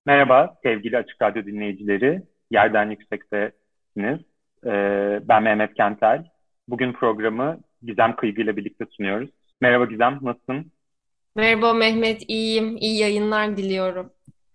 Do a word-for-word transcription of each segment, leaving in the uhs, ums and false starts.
Merhaba sevgili Açık Radyo dinleyicileri. Yerden Yüksek'tesiniz. Ee, ben Mehmet Kentel. Bugün programı Gizem Kıygı ile birlikte sunuyoruz. Merhaba Gizem, nasılsın? Merhaba Mehmet, iyiyim. İyi yayınlar diliyorum.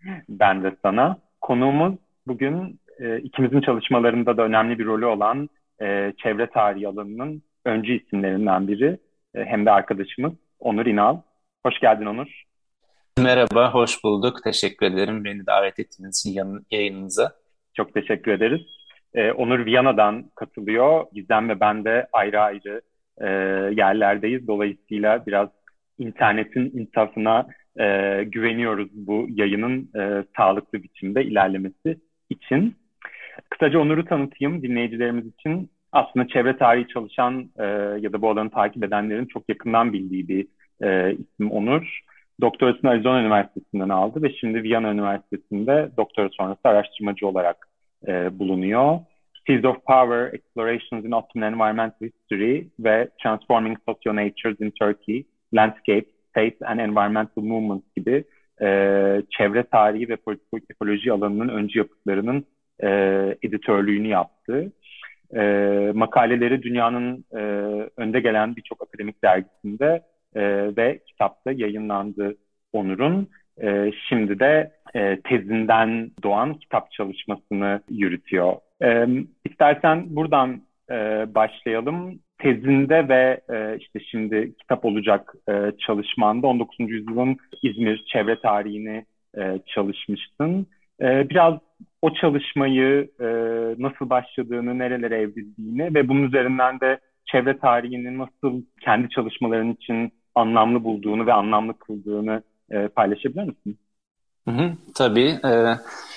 Ben de sana. Konuğumuz bugün e, ikimizin çalışmalarında da önemli bir rolü olan e, çevre tarihi alanının öncü isimlerinden biri. E, hem de arkadaşımız Onur İnal. Hoş geldin Onur. Merhaba, hoş bulduk. Teşekkür ederim beni davet ettiğiniz için yan- yayınınıza. Çok teşekkür ederiz. Ee, Onur Viyana'dan katılıyor. Gizem ve ben de ayrı ayrı e, yerlerdeyiz. Dolayısıyla biraz internetin insafına e, güveniyoruz bu yayının e, sağlıklı biçimde ilerlemesi için. Kısaca Onur'u tanıtayım dinleyicilerimiz için. Aslında çevre tarihi çalışan e, ya da bu alanı takip edenlerin çok yakından bildiği bir e, isim Onur. Doktorasını Arizona Üniversitesi'nden aldı ve şimdi Viyana Üniversitesi'nde doktora sonrası araştırmacı olarak e, bulunuyor. Seeds of Power, Explorations in Ottoman Environmental History ve Transforming Socio-Natures in Turkey, Landscape, State and Environmental Movements gibi e, çevre tarihi ve politik ekoloji alanının öncü yapıtlarının e, editörlüğünü yaptı. E, makaleleri dünyanın e, önde gelen birçok akademik dergisinde e, ve kitapta yayınlandı Onur'un. E, şimdi de e, tezinden doğan kitap çalışmasını yürütüyor. E, istersen buradan e, başlayalım. Tezinde ve e, işte şimdi kitap olacak e, çalışmanda on dokuzuncu yüzyılın İzmir çevre tarihini e, çalışmıştın. E, biraz o çalışmayı e, nasıl başladığını, nerelere evrildiğini ve bunun üzerinden de çevre tarihini nasıl kendi çalışmaların için anlamlı bulduğunu ve anlamlı kıldığını e, paylaşabilir misin? Hı hı, tabii. e,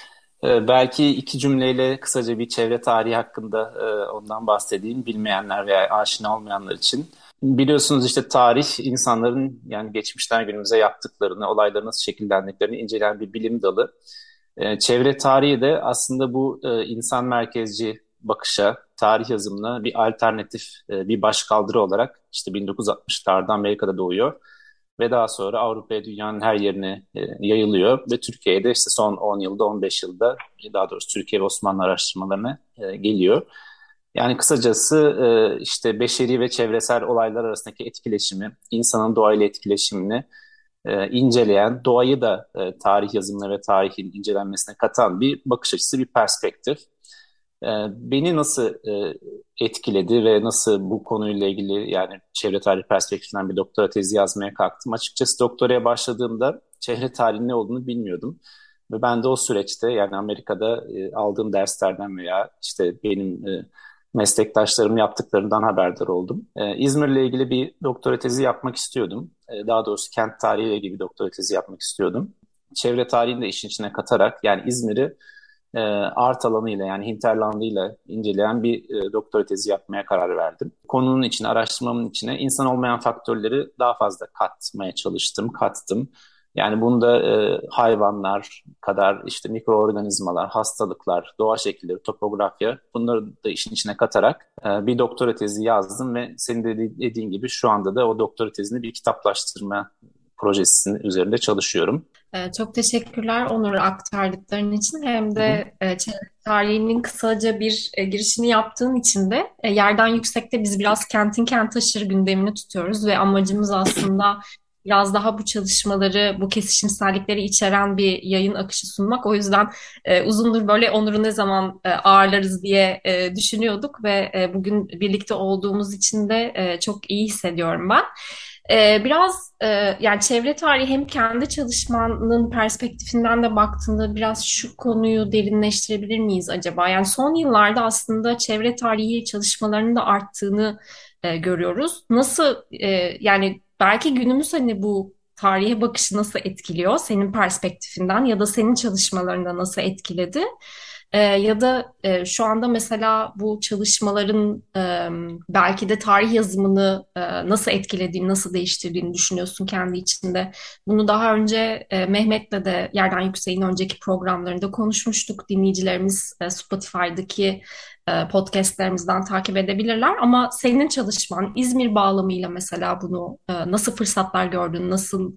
e, belki iki cümleyle kısaca bir çevre tarihi hakkında e, ondan bahsedeyim. Bilmeyenler veya aşina olmayanlar için. Biliyorsunuz işte tarih insanların yani geçmişten günümüze yaptıklarını, olayları nasıl şekillendiklerini inceleyen bir bilim dalı. E, çevre tarihi de aslında bu e, insan merkezci bakışa, tarih yazımına bir alternatif, e, bir başkaldırı olarak işte bin dokuz yüz altmışlarda Amerika'da doğuyor. Ve daha sonra Avrupa'ya, dünyanın her yerine e, yayılıyor. Ve Türkiye'de işte son on yılda, on beş yılda, e, daha doğrusu Türkiye ve Osmanlı araştırmalarına e, geliyor. Yani kısacası e, işte beşeri ve çevresel olaylar arasındaki etkileşimi, insanın doğayla etkileşimini e, inceleyen, doğayı da e, tarih yazımına ve tarihin incelenmesine katan bir bakış açısı, bir perspektif. E, Beni nasıl e, etkiledi ve nasıl bu konuyla ilgili yani çevre tarihi perspektifinden bir doktora tezi yazmaya kalktım. Açıkçası doktoraya başladığımda çevre tarihi ne olduğunu bilmiyordum. Ve ben de o süreçte yani Amerika'da e, aldığım derslerden veya işte benim e, meslektaşlarım yaptıklarından haberdar oldum. E, İzmir'le ilgili bir doktora tezi yapmak istiyordum. E, daha doğrusu kent tarihiyle ilgili bir doktora tezi yapmak istiyordum. Çevre tarihini de işin içine katarak yani İzmir'i e, art alanıyla yani hinterlandıyla inceleyen bir e, doktora tezi yapmaya karar verdim. Konunun içine, araştırmamın içine insan olmayan faktörleri daha fazla katmaya çalıştım, kattım. Yani bunda e, hayvanlar kadar işte mikroorganizmalar, hastalıklar, doğa şekilleri, topografya bunları da işin içine katarak e, bir doktora tezi yazdım ve senin de dediğin gibi şu anda da o doktora tezini bir kitaplaştırma projesinin üzerinde çalışıyorum. Ee, çok teşekkürler Onur aktardıkların için. Hem Hı hı. de e, çevre tarihinin kısaca bir e, girişini yaptığın için de e, yerden yüksekte biz biraz kentin kent taşırı gündemini tutuyoruz ve amacımız aslında biraz daha bu çalışmaları, bu kesişimsellikleri içeren bir yayın akışı sunmak. O yüzden e, uzundur böyle Onur'u ne zaman e, ağırlarız diye e, düşünüyorduk ve e, bugün birlikte olduğumuz için de e, çok iyi hissediyorum ben. Ee, biraz e, yani çevre tarihi hem kendi çalışmanın perspektifinden de baktığında biraz şu konuyu derinleştirebilir miyiz acaba? Yani son yıllarda aslında çevre tarihi çalışmalarının da arttığını e, görüyoruz. Nasıl e, yani belki günümüz hani bu tarihe bakışı nasıl etkiliyor senin perspektifinden ya da senin çalışmalarında nasıl etkiledi? Ee, ya da e, şu anda mesela bu çalışmaların e, belki de tarih yazımını e, nasıl etkilediğini, nasıl değiştirdiğini düşünüyorsun kendi içinde. Bunu daha önce e, Mehmet'le de Yerden Yüksek'in önceki programlarında konuşmuştuk. Dinleyicilerimiz e, Spotify'daki e, podcastlerimizden takip edebilirler. Ama senin çalışman İzmir bağlamıyla mesela bunu e, nasıl fırsatlar gördün, nasıl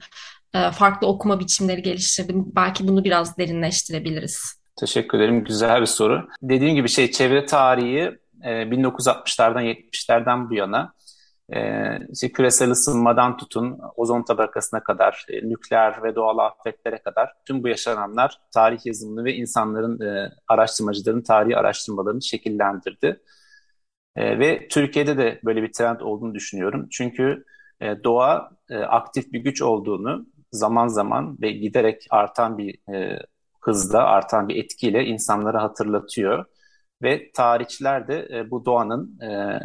e, farklı okuma biçimleri geliştirdim. Belki bunu biraz derinleştirebiliriz. Teşekkür ederim. Güzel bir soru. Dediğim gibi şey çevre tarihi e, bin dokuz yüz altmışlardan yetmişlerden bu yana e, işte küresel ısınmadan tutun ozon tabakasına kadar, e, nükleer ve doğal afetlere kadar tüm bu yaşananlar tarih yazımını ve insanların, e, araştırmacıların tarihi araştırmalarını şekillendirdi. E, ve Türkiye'de de böyle bir trend olduğunu düşünüyorum. Çünkü e, doğa e, aktif bir güç olduğunu zaman zaman ve giderek artan bir e, hızla, artan bir etkiyle insanlara hatırlatıyor. Ve tarihçiler de e, bu doğanın e,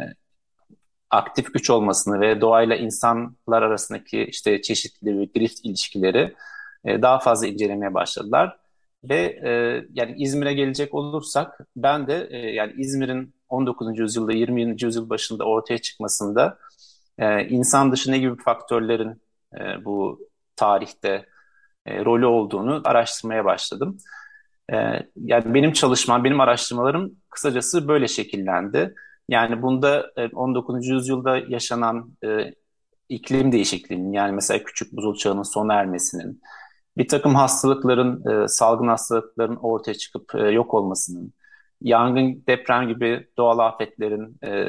aktif güç olmasını ve doğayla insanlar arasındaki işte çeşitli bir grift ilişkileri e, daha fazla incelemeye başladılar. Ve e, yani İzmir'e gelecek olursak ben de e, yani İzmir'in on dokuzuncu yüzyılda yirminci yüzyıl başında ortaya çıkmasında e, insan dışı ne gibi faktörlerin e, bu tarihte e, rolü olduğunu araştırmaya başladım. E, yani benim çalışmam, benim araştırmalarım kısacası böyle şekillendi. Yani bunda e, on dokuzuncu yüzyılda yaşanan e, iklim değişikliğinin yani mesela küçük buzul çağının sona ermesinin, bir takım hastalıkların, e, salgın hastalıkların ortaya çıkıp e, yok olmasının, yangın, deprem gibi doğal afetlerin e,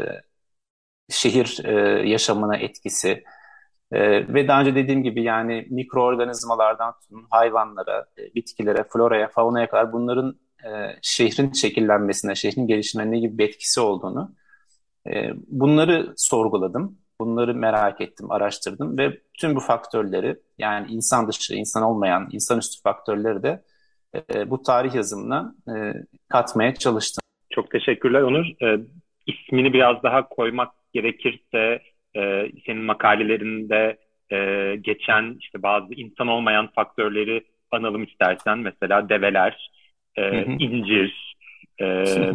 şehir e, yaşamına etkisi, ee, ve daha önce dediğim gibi yani mikroorganizmalardan tutun hayvanlara, e, bitkilere, floraya, faunaya kadar bunların e, şehrin şekillenmesine, şehrin gelişimine ne gibi bir etkisi olduğunu e, bunları sorguladım. Bunları merak ettim, araştırdım ve tüm bu faktörleri yani insan dışı, insan olmayan, insanüstü faktörleri de e, bu tarih yazımına e, katmaya çalıştım. Çok teşekkürler Onur. Ee, ismini biraz daha koymak gerekirse e, senin makalelerinde e, geçen işte bazı insan olmayan faktörleri analım istersen. Mesela develer, Hı e, hı. incir, e,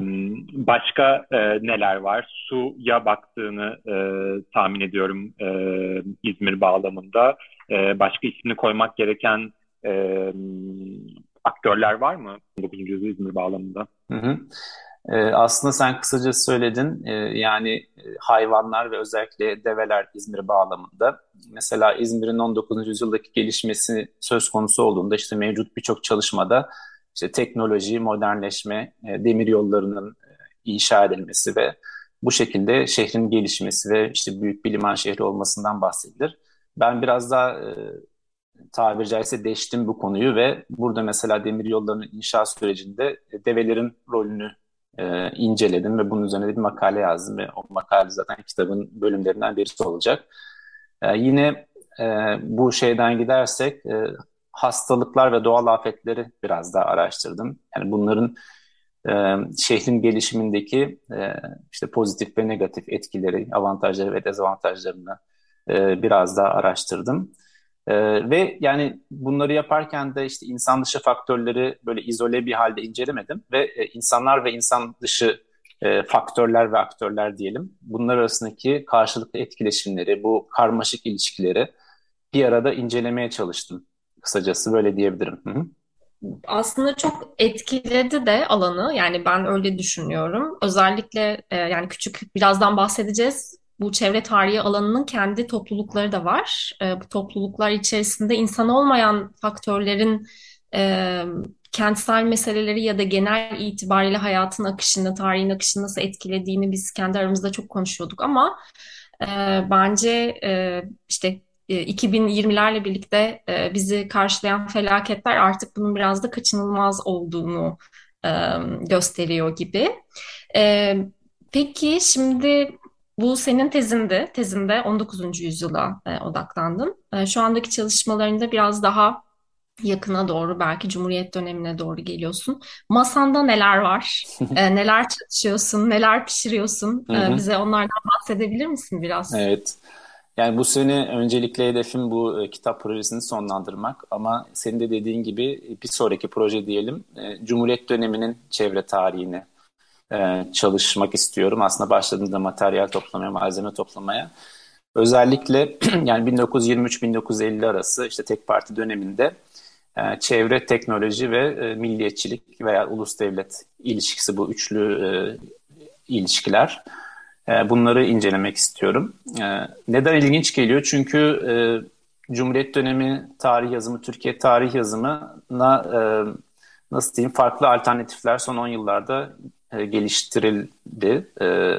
başka e, neler var? Suya baktığını e, tahmin ediyorum e, İzmir bağlamında. E, başka ismini koymak gereken e, aktörler var mı on dokuzuncu yüzyıl İzmir bağlamında? Hı hı. Ee, aslında sen kısaca söyledin. Ee, yani e, hayvanlar ve özellikle develer İzmir bağlamında. Mesela İzmir'in on dokuzuncu yüzyıldaki gelişmesi söz konusu olduğunda işte mevcut birçok çalışmada işte teknoloji, modernleşme, e, demir yollarının e, inşa edilmesi ve bu şekilde şehrin gelişmesi ve işte büyük bir liman şehri olmasından bahsedilir. Ben biraz daha e, tabiri caizse deştim bu konuyu ve burada mesela demir yollarının inşa sürecinde e, develerin rolünü e, inceledim ve bunun üzerine de bir makale yazdım ve o makale zaten kitabın bölümlerinden birisi olacak. E, yine e, bu şeyden gidersek e, hastalıklar ve doğal afetleri biraz daha araştırdım. Yani bunların e, şehrin gelişimindeki e, işte pozitif ve negatif etkileri, avantajları ve dezavantajlarını e, biraz daha araştırdım. Ee, ve yani bunları yaparken de işte insan dışı faktörleri böyle izole bir halde incelemedim ve e, insanlar ve insan dışı e, faktörler ve aktörler diyelim. Bunlar arasındaki karşılıklı etkileşimleri, bu karmaşık ilişkileri bir arada incelemeye çalıştım. Kısacası böyle diyebilirim. Hı hı. Aslında çok etkiledi de alanı. Yani ben öyle düşünüyorum. Özellikle e, yani küçük birazdan bahsedeceğiz. Bu çevre tarihi alanının kendi toplulukları da var. E, bu topluluklar içerisinde insan olmayan faktörlerin e, kentsel meseleleri ya da genel itibariyle hayatın akışını, tarihin akışını nasıl etkilediğini biz kendi aramızda çok konuşuyorduk ama e, bence e, işte e, iki bin yirmilerle birlikte e, bizi karşılayan felaketler artık bunun biraz da kaçınılmaz olduğunu e, gösteriyor gibi. E, peki şimdi bu senin tezindi. Tezinde on dokuzuncu yüzyıla e, odaklandın. E, şu andaki çalışmalarında biraz daha yakına doğru belki Cumhuriyet dönemine doğru geliyorsun. Masanda neler var? E, neler çalışıyorsun? Neler pişiriyorsun? Hı E, hı. bize onlardan bahsedebilir misin biraz? Evet. Yani bu sene öncelikle hedefim bu e, kitap projesini sonlandırmak ama senin de dediğin gibi bir sonraki proje diyelim e, Cumhuriyet döneminin çevre tarihini e, çalışmak istiyorum. Aslında başladığımda materyal toplamaya, malzeme toplamaya. Özellikle yani bin dokuz yüz yirmi üç bin dokuz yüz elli arası işte tek parti döneminde e, çevre, teknoloji ve e, milliyetçilik veya ulus devlet ilişkisi bu üçlü e, ilişkiler. E, bunları incelemek istiyorum. E, neden ilginç geliyor? Çünkü e, Cumhuriyet dönemi tarih yazımı, Türkiye tarih yazımına e, nasıl diyeyim farklı alternatifler son on yıllarda e, geliştirildi. E,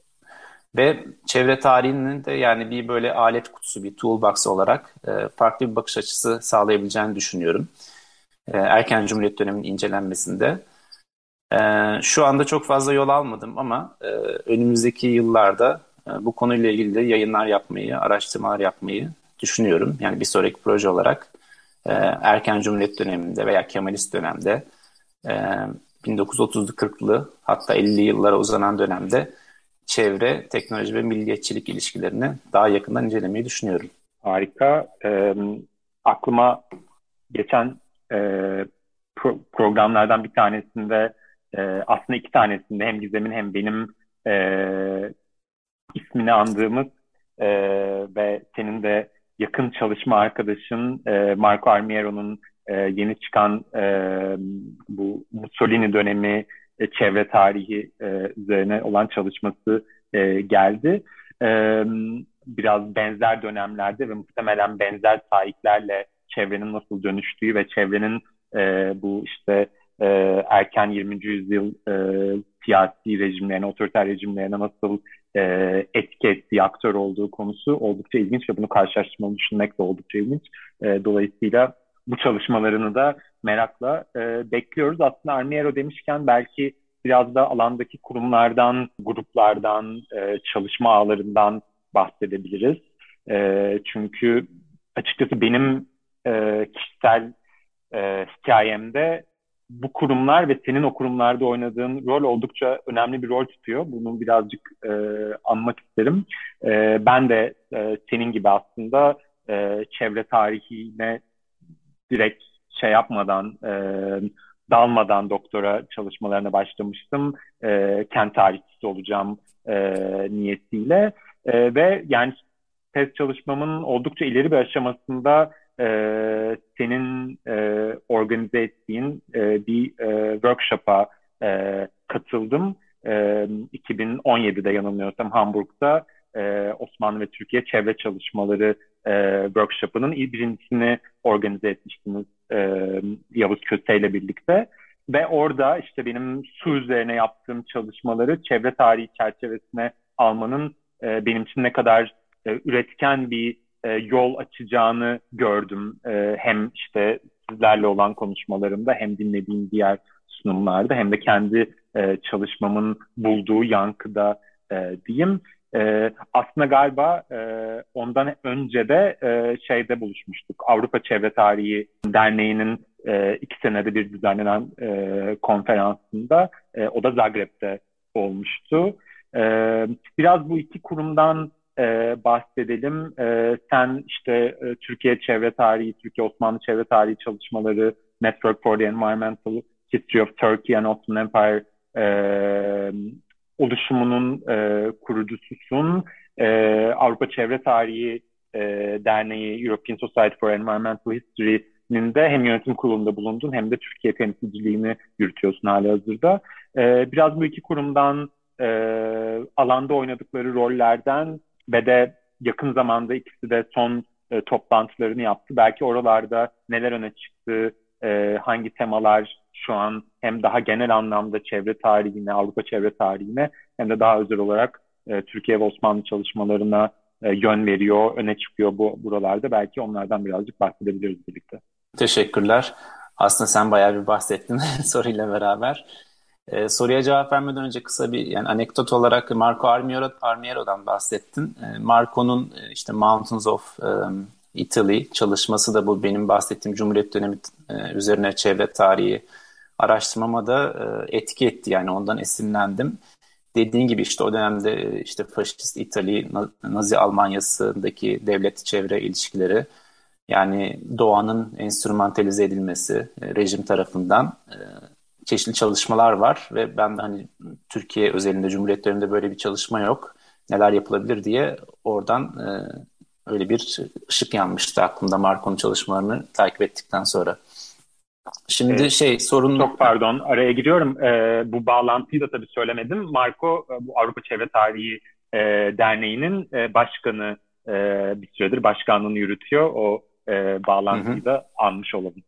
ve çevre tarihinin de yani bir böyle alet kutusu, bir toolbox olarak e, farklı bir bakış açısı sağlayabileceğini düşünüyorum. E, erken Cumhuriyet döneminin incelenmesinde. E, şu anda çok fazla yol almadım ama e, önümüzdeki yıllarda e, bu konuyla ilgili de yayınlar yapmayı, araştırmalar yapmayı düşünüyorum. Yani bir sonraki proje olarak e, erken Cumhuriyet döneminde veya Kemalist dönemde e, bin dokuz yüz otuzlu kırklı hatta ellili yıllara uzanan dönemde çevre, teknoloji ve milliyetçilik ilişkilerini daha yakından incelemeyi düşünüyorum. Harika. Ee, aklıma geçen e, pro- programlardan bir tanesinde e, aslında iki tanesinde hem Gizem'in hem benim e, ismini andığımız e, ve senin de yakın çalışma arkadaşın e, Marco Armiero'nun e, yeni çıkan e, bu Mussolini dönemi e, çevre tarihi e, üzerine olan çalışması e, geldi. E, biraz benzer dönemlerde ve muhtemelen benzer sahiplerle çevrenin nasıl dönüştüğü ve çevrenin e, bu işte e, erken yirminci yüzyıl e, siyasi rejimlerine, otoriter rejimlerine nasıl e, etki ettiği, aktör olduğu konusu oldukça ilginç ve bunu karşılaştırmalı düşünmek de oldukça ilginç. E, dolayısıyla bu çalışmalarını da merakla e, bekliyoruz. Aslında Armiero demişken belki biraz da alandaki kurumlardan, gruplardan, e, çalışma ağlarından bahsedebiliriz. E, çünkü açıkçası benim e, kişisel e, hikayemde bu kurumlar ve senin o kurumlarda oynadığın rol oldukça önemli bir rol tutuyor. Bunu birazcık e, anmak isterim. E, ben de e, senin gibi aslında e, çevre tarihine direkt şey yapmadan, e, dalmadan doktora çalışmalarına başlamıştım. E, kent tarihçisi olacağım e, niyetiyle. E, ve yani tez çalışmamın oldukça ileri bir aşamasında e, senin e, organize ettiğin e, bir e, workshop'a e, katıldım. E, iki bin on yedide yanılmıyorsam Hamburg'da e, Osmanlı ve Türkiye Çevre Çalışmaları e, workshop'ının ilk birincisini organize etmiştiniz e, Yavuz Köse ile birlikte. Ve orada işte benim su üzerine yaptığım çalışmaları çevre tarihi çerçevesine almanın e, benim için ne kadar e, üretken bir e, yol açacağını gördüm. E, hem işte sizlerle olan konuşmalarımda hem dinlediğim diğer sunumlarda hem de kendi e, çalışmamın bulduğu yankıda e, diyeyim. E, aslında galiba e, ondan önce de e, şeyde buluşmuştuk. Avrupa Çevre Tarihi Derneği'nin e, iki senede bir düzenlenen e, konferansında. E, o da Zagreb'de olmuştu. E, biraz bu iki kurumdan e, bahsedelim. E, sen işte e, Türkiye Çevre Tarihi, Türkiye Osmanlı Çevre Tarihi çalışmaları, Network for the Environmental History of Turkey and Ottoman Empire e, oluşumunun e, kurucususun. E, Avrupa Çevre Tarihi e, Derneği, European Society for Environmental History'nin de hem yönetim kurulunda bulundun hem de Türkiye temsilciliğini yürütüyorsun halihazırda. E, biraz bu iki kurumdan e, alanda oynadıkları rollerden ve de yakın zamanda ikisi de son e, toplantılarını yaptı. Belki oralarda neler öne çıktı, e, hangi temalar şu an hem daha genel anlamda çevre tarihine, Avrupa çevre tarihine hem de daha özel olarak e, Türkiye ve Osmanlı çalışmalarına e, yön veriyor, öne çıkıyor bu buralarda. Belki onlardan birazcık bahsedebiliriz birlikte. Teşekkürler. Aslında sen bayağı bir bahsettin soruyla beraber. Ee, soruya cevap vermeden önce kısa bir yani anekdot olarak Marco Armiero, Armiero'dan bahsettin. Ee, Marco'nun e, işte Mountains of um, Italy çalışması da bu benim bahsettiğim Cumhuriyet dönemi e, üzerine çevre tarihi araştırmama da e, etki etti. Yani ondan esinlendim. Dediğin gibi işte o dönemde e, işte faşist İtalya, Nazi Almanya'sındaki devlet çevre ilişkileri yani doğanın enstrümantalize edilmesi e, rejim tarafından e, çeşitli çalışmalar var ve ben de hani Türkiye özelinde Cumhuriyet döneminde böyle bir çalışma yok. Neler yapılabilir diye oradan e, öyle bir ışık yanmıştı aklımda Marco'nun çalışmalarını takip ettikten sonra. Şimdi Ee, şey sorun... Çok pardon araya giriyorum. Ee, bu bağlantıyı da tabii söylemedim. Marco bu Avrupa Çevre Tarihi e, Derneği'nin e, başkanı e, bir süredir başkanlığını yürütüyor. O e, Hı hı. bağlantıyı da almış olalım.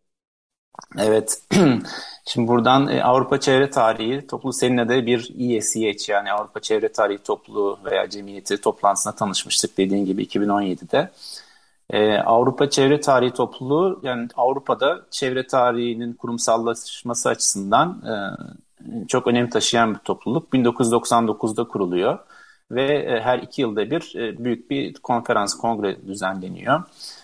Evet. Şimdi buradan e, Avrupa Çevre Tarihi Topluluğu seninle de bir E S H yani Avrupa Çevre Tarihi Topluluğu veya Cemiyeti toplantısına tanışmıştık dediğin gibi iki bin on yedide. E, Avrupa Çevre Tarihi Topluluğu yani Avrupa'da çevre tarihinin kurumsallaşması açısından e, çok önem taşıyan bir topluluk. bin dokuz yüz doksan dokuzda kuruluyor ve e, her iki yılda bir e, büyük bir konferans, kongre düzenleniyor.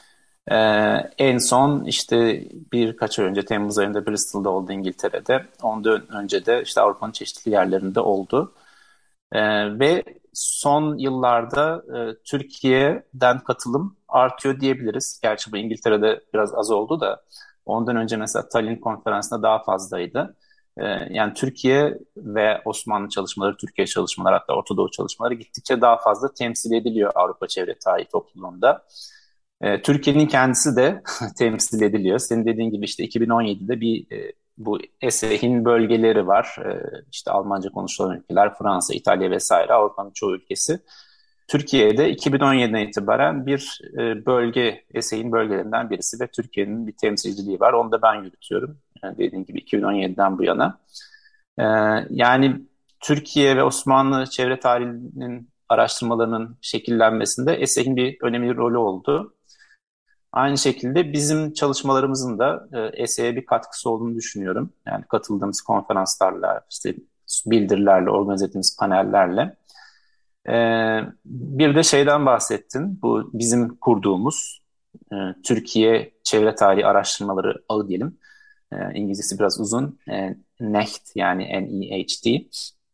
Ee, en son işte birkaç ay önce Temmuz ayında Bristol'da oldu İngiltere'de. Ondan önce de işte Avrupa'nın çeşitli yerlerinde oldu. Ee, ve son yıllarda e, Türkiye'den katılım artıyor diyebiliriz. Gerçi bu İngiltere'de biraz az oldu da ondan önce mesela Tallinn konferansında daha fazlaydı. Ee, yani Türkiye ve Osmanlı çalışmaları, Türkiye çalışmaları hatta Orta Doğu çalışmaları gittikçe daha fazla temsil ediliyor Avrupa Çevre Tarihi Topluluğu'nda. E, Türkiye'nin kendisi de temsil ediliyor. Senin dediğin gibi işte iki bin on yedide bir e, bu ESEH'in bölgeleri var. E, işte Almanca konuşulan ülkeler, Fransa, İtalya vesaire Avrupa'nın çoğu ülkesi. Türkiye'de iki bin on yediden itibaren bir e, bölge, ESEH'in bölgelerinden birisi ve Türkiye'nin bir temsilciliği var. Onu da ben yürütüyorum. Yani dediğim gibi iki bin on yediden bu yana. E, yani Türkiye ve Osmanlı çevre tarihinin araştırmalarının şekillenmesinde ESEH'in bir önemli rolü oldu. Aynı şekilde bizim çalışmalarımızın da e, ESE'ye bir katkısı olduğunu düşünüyorum. Yani katıldığımız konferanslarla, işte bildirilerle, organize ettiğimiz panellerle. E, bir de şeyden bahsettin. Bu bizim kurduğumuz e, Türkiye Çevre Tarihi Araştırmaları Ağı diyelim. E, İngilizcesi biraz uzun. E, NEHT yani N E H T.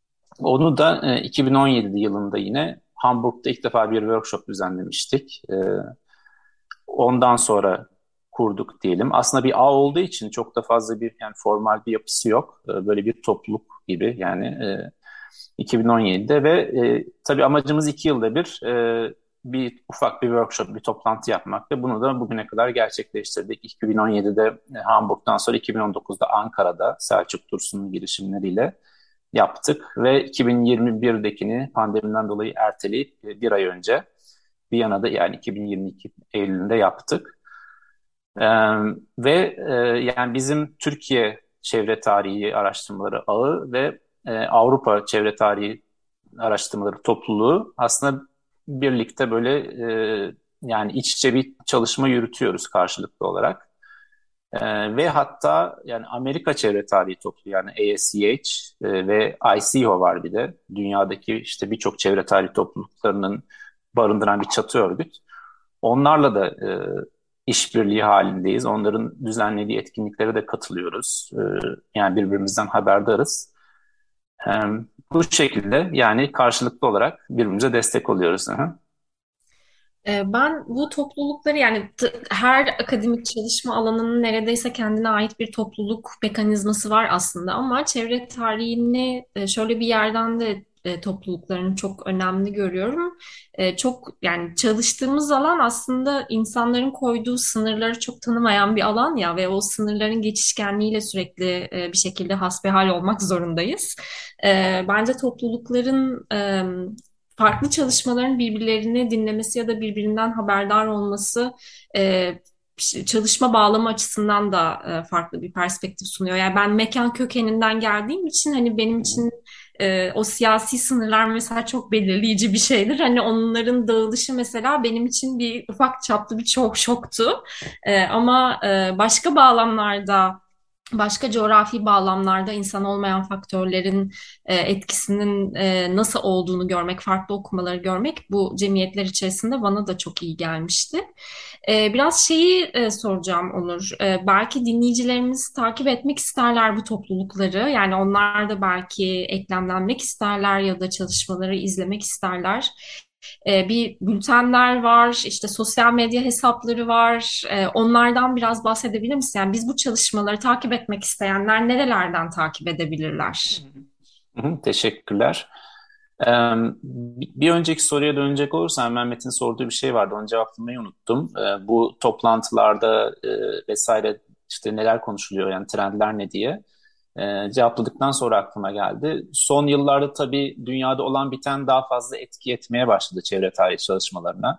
Onu da e, iki bin on yedi yılında yine Hamburg'da ilk defa bir workshop düzenlemiştik. E, Ondan sonra kurduk diyelim. Aslında bir ağ olduğu için çok da fazla bir yani formal bir yapısı yok. Ee, Böyle bir topluluk gibi yani e, iki bin on yedide ve e, tabii amacımız iki yılda bir e, bir ufak bir workshop, bir toplantı yapmak ve bunu da bugüne kadar gerçekleştirdik. iki bin on yedide e, Hamburg'dan sonra iki bin on dokuzda Ankara'da Selçuk Dursun'un girişimleriyle yaptık ve iki bin yirmi birdekini pandemiden dolayı erteleyip e, bir ay önce Viyana'da yani iki bin yirmi iki Eylül'ünde yaptık. Ee, ve e, yani bizim Türkiye Çevre Tarihi Araştırmaları Ağı ve e, Avrupa Çevre Tarihi Araştırmaları Topluluğu aslında birlikte böyle e, yani iç içe bir çalışma yürütüyoruz karşılıklı olarak. Ee, ve hatta yani Amerika Çevre Tarihi Topluluğu yani A S E H e, ve I C A O var bir de. Dünyadaki işte birçok çevre tarihi topluluklarının barındıran bir çatı örgüt. Onlarla da e, işbirliği halindeyiz. Onların düzenlediği etkinliklere de katılıyoruz. E, yani birbirimizden haberdarız. E, bu şekilde yani karşılıklı olarak birbirimize destek oluyoruz. Hı hı. Ee, Ben bu toplulukları yani t- her akademik çalışma alanının neredeyse kendine ait bir topluluk mekanizması var aslında ama çevre tarihini e, şöyle bir yerden de e, topluluklarını çok önemli görüyorum. E, Çok yani çalıştığımız alan aslında insanların koyduğu sınırları çok tanımayan bir alan ya ve o sınırların geçişkenliğiyle sürekli e, bir şekilde hasbihal olmak zorundayız. E, Bence toplulukların farklı çalışmaların birbirlerini dinlemesi ya da birbirinden haberdar olması e, çalışma bağlamı açısından da e, farklı bir perspektif sunuyor. Yani ben mekan kökeninden geldiğim için hani benim için e, o siyasi sınırlar mesela çok belirleyici bir şeydir. Hani onların dağılışı mesela benim için bir ufak çaplı bir çok şoktu. E, ama e, başka bağlamlarda başka coğrafi bağlamlarda insan olmayan faktörlerin e, etkisinin e, nasıl olduğunu görmek, farklı okumaları görmek bu cemiyetler içerisinde bana da çok iyi gelmişti. E, biraz şeyi e, soracağım Onur. E, belki dinleyicilerimiz takip etmek isterler bu toplulukları. Yani onlar da belki eklemlenmek isterler ya da çalışmaları izlemek isterler. E, bir bültenler var, işte sosyal medya hesapları var. E, onlardan biraz bahsedebilir misin? Yani biz bu çalışmaları takip etmek isteyenler nerelerden takip edebilirler? Hı hı, teşekkürler. Ee, bir önceki soruya dönecek olursam Mehmet'in sorduğu bir şey vardı. Onu cevaplamayı unuttum. Ee, bu toplantılarda e, vesaire işte neler konuşuluyor yani trendler ne diye e, cevapladıktan sonra aklıma geldi. Son yıllarda tabii dünyada olan biten daha fazla etki etmeye başladı çevre tarihi çalışmalarına.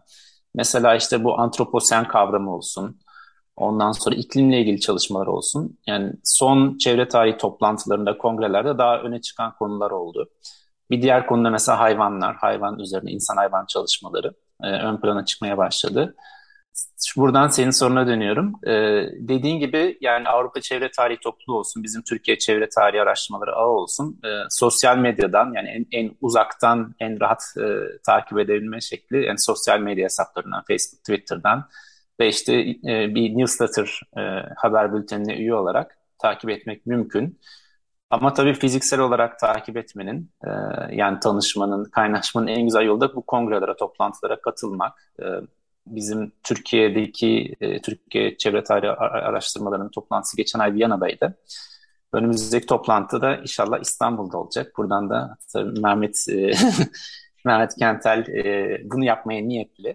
Mesela işte bu antroposen kavramı olsun. Ondan sonra iklimle ilgili çalışmalar olsun. Yani son çevre tarihi toplantılarında, kongrelerde daha öne çıkan konular oldu. Bir diğer konuda mesela hayvanlar, hayvan üzerine insan hayvan çalışmaları e, ön plana çıkmaya başladı. Buradan senin soruna dönüyorum. Ee, dediğin gibi yani Avrupa Çevre Tarihi Topluluğu olsun, bizim Türkiye Çevre Tarihi Araştırmaları Ağı olsun, e, sosyal medyadan yani en, en uzaktan, en rahat e, takip edebilme şekli yani sosyal medya hesaplarından, Facebook, Twitter'dan ve işte e, bir newsletter e, haber bültenine üye olarak takip etmek mümkün. Ama tabii fiziksel olarak takip etmenin, e, yani tanışmanın, kaynaşmanın en güzel yolu da bu kongrelere, toplantılara katılmak. E, bizim Türkiye'deki, e, Türkiye Çevre Tarihi Araştırmalarının toplantısı geçen ay Viyana'daydı. Önümüzdeki toplantı da inşallah İstanbul'da olacak. Buradan da tabii Mehmet, e, Mehmet Kentel e, bunu yapmaya niyetli.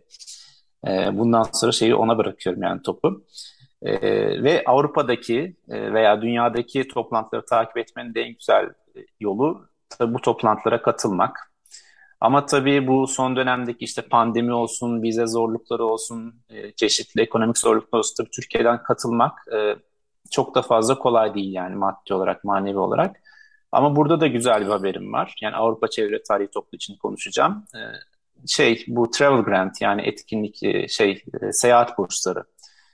E, bundan sonra şeyi ona bırakıyorum yani topu. Ee, ve Avrupa'daki e, veya dünyadaki toplantıları takip etmenin de en güzel e, yolu tabii bu toplantılara katılmak. Ama tabii bu son dönemdeki işte pandemi olsun, vize zorlukları olsun, e, çeşitli ekonomik zorluklar olsun, tabii Türkiye'den katılmak e, çok da fazla kolay değil yani maddi olarak, manevi olarak. Ama burada da güzel bir haberim var. Yani Avrupa Çevre Tarihi Topluluğu için konuşacağım. E, şey bu travel grant yani etkinlik e, şey e, seyahat bursları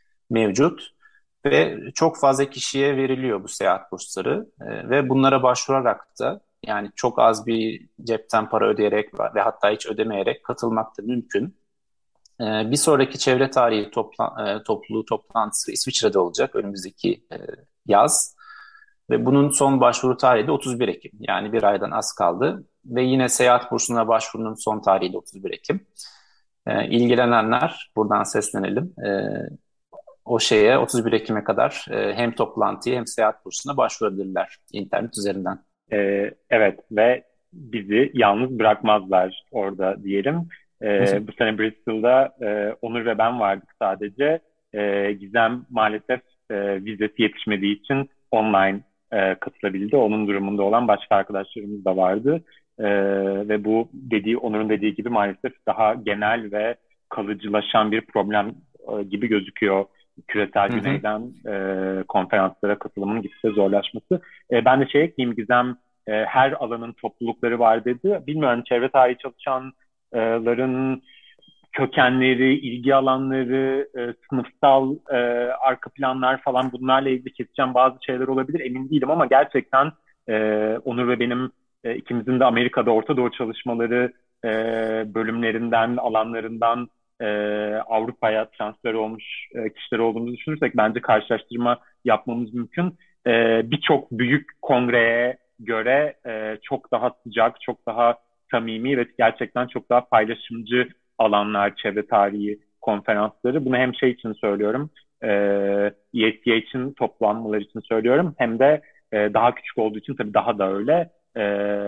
mevcut ve çok fazla kişiye veriliyor bu seyahat bursları. Ee, ve bunlara başvurarak da yani çok az bir cepten para ödeyerek ve hatta hiç ödemeyerek katılmak da mümkün. Ee, bir sonraki çevre tarihi topla, e, topluluğu toplantısı İsviçre'de olacak önümüzdeki e, yaz ve bunun son başvuru tarihi de otuz bir Ekim, yani bir aydan az kaldı ve yine seyahat bursuna başvurunun son tarihi de otuz bir Ekim. Ee, ilgilenenler buradan seslenelim. Ee, o şeye otuz bir Ekim'e kadar e, hem toplantıya hem seyahat bursuna başvurabilirler internet üzerinden. Ee, evet ve bizi yalnız bırakmazlar orada diyelim. Ee, bu sene Bristol'da e, Onur ve ben vardık sadece. Ee, Gizem maalesef e, vizesi yetişmediği için online e, katılabildi. Onun durumunda olan başka arkadaşlarımız da vardı. Ee, ve bu dediği Onur'un dediği gibi maalesef daha genel ve kalıcılaşan bir problem e, gibi gözüküyor. Küresel Hı hı. güneyden e, konferanslara katılımın gitgide zorlaşması. E, ben de şey ekleyeyim, Gizem e, her alanın toplulukları var dedi. Bilmiyorum, çevre tarihi çalışanların kökenleri, ilgi alanları, e, sınıfsal e, arka planlar falan, bunlarla ilgili keseceğim bazı şeyler olabilir, emin değilim ama gerçekten e, Onur ve benim e, ikimizin de Amerika'da Orta Doğu çalışmaları e, bölümlerinden, alanlarından e, Avrupa'ya transfer olmuş e, kişiler olduğumuzu düşünürsek bence karşılaştırma yapmamız mümkün. E, Birçok büyük kongreye göre e, çok daha sıcak, çok daha samimi ve gerçekten çok daha paylaşımcı alanlar, çevre tarihi konferansları. Bunu hem şey için söylüyorum, e, E S T A için toplanmaları için söylüyorum. Hem de e, daha küçük olduğu için tabii daha da öyle. E,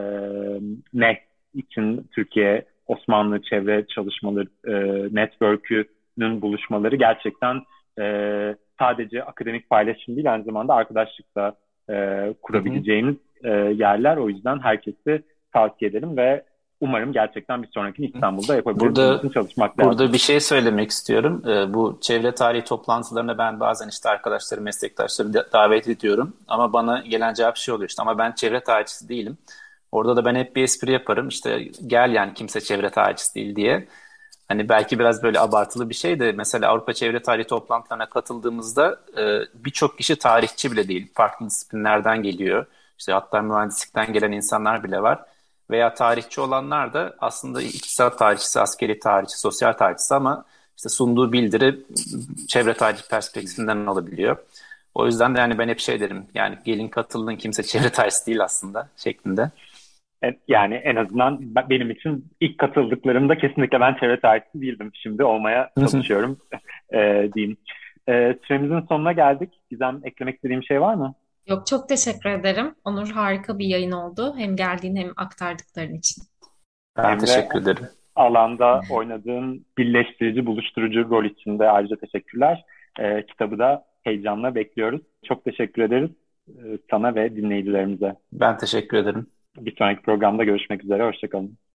N E T için, Türkiye Osmanlı Çevre Çalışmaları e, Network'ünün buluşmaları gerçekten e, sadece akademik paylaşım değil, aynı zamanda arkadaşlık da e, Hı hı. kurabileceğiniz e, yerler. O yüzden herkesi tavsiye ederim ve umarım gerçekten bir sonrakini İstanbul'da yapabiliriz. Bunun Burada için çalışmak lazım. burada bir şey söylemek istiyorum. Ee, bu çevre tarihi toplantılarına ben bazen işte arkadaşları, meslektaşları da- davet ediyorum. Ama bana gelen cevap şey oluyor işte, ama ben çevre tarihçisi değilim. Orada da ben hep bir espri yaparım. İşte gel yani, kimse çevre tarihçisi değil diye. Hani belki biraz böyle abartılı bir şey de, mesela Avrupa Çevre Tarihi toplantılarına katıldığımızda e, birçok kişi tarihçi bile değil. Farklı disiplinlerden geliyor. İşte hatta mühendislikten gelen insanlar bile var. Veya tarihçi olanlar da aslında iktisat tarihçisi, askeri tarihçi, sosyal tarihçisi, ama işte sunduğu bildiri çevre tarihi perspektifinden alabiliyor. O yüzden de yani ben hep şey derim, yani gelin katılın, kimse çevre tarihçisi değil aslında şeklinde. Evet, yani en azından ben- benim için ilk katıldıklarımda kesinlikle ben çevre tarihçisi değildim. Şimdi olmaya çalışıyorum e, diyeyim. E, süremizin sonuna geldik. Gizem, eklemek istediğim şey var mı? Yok, çok teşekkür ederim. Onur, harika bir yayın oldu. Hem geldiğin hem aktardıkların için. Ben Hem de teşekkür ederim. alanda oynadığın birleştirici, buluşturucu rol için de ayrıca teşekkürler. E, kitabı da heyecanla bekliyoruz. Çok teşekkür ederiz e, sana ve dinleyicilerimize. Ben teşekkür ederim. Bir sonraki programda görüşmek üzere. Hoşçakalın.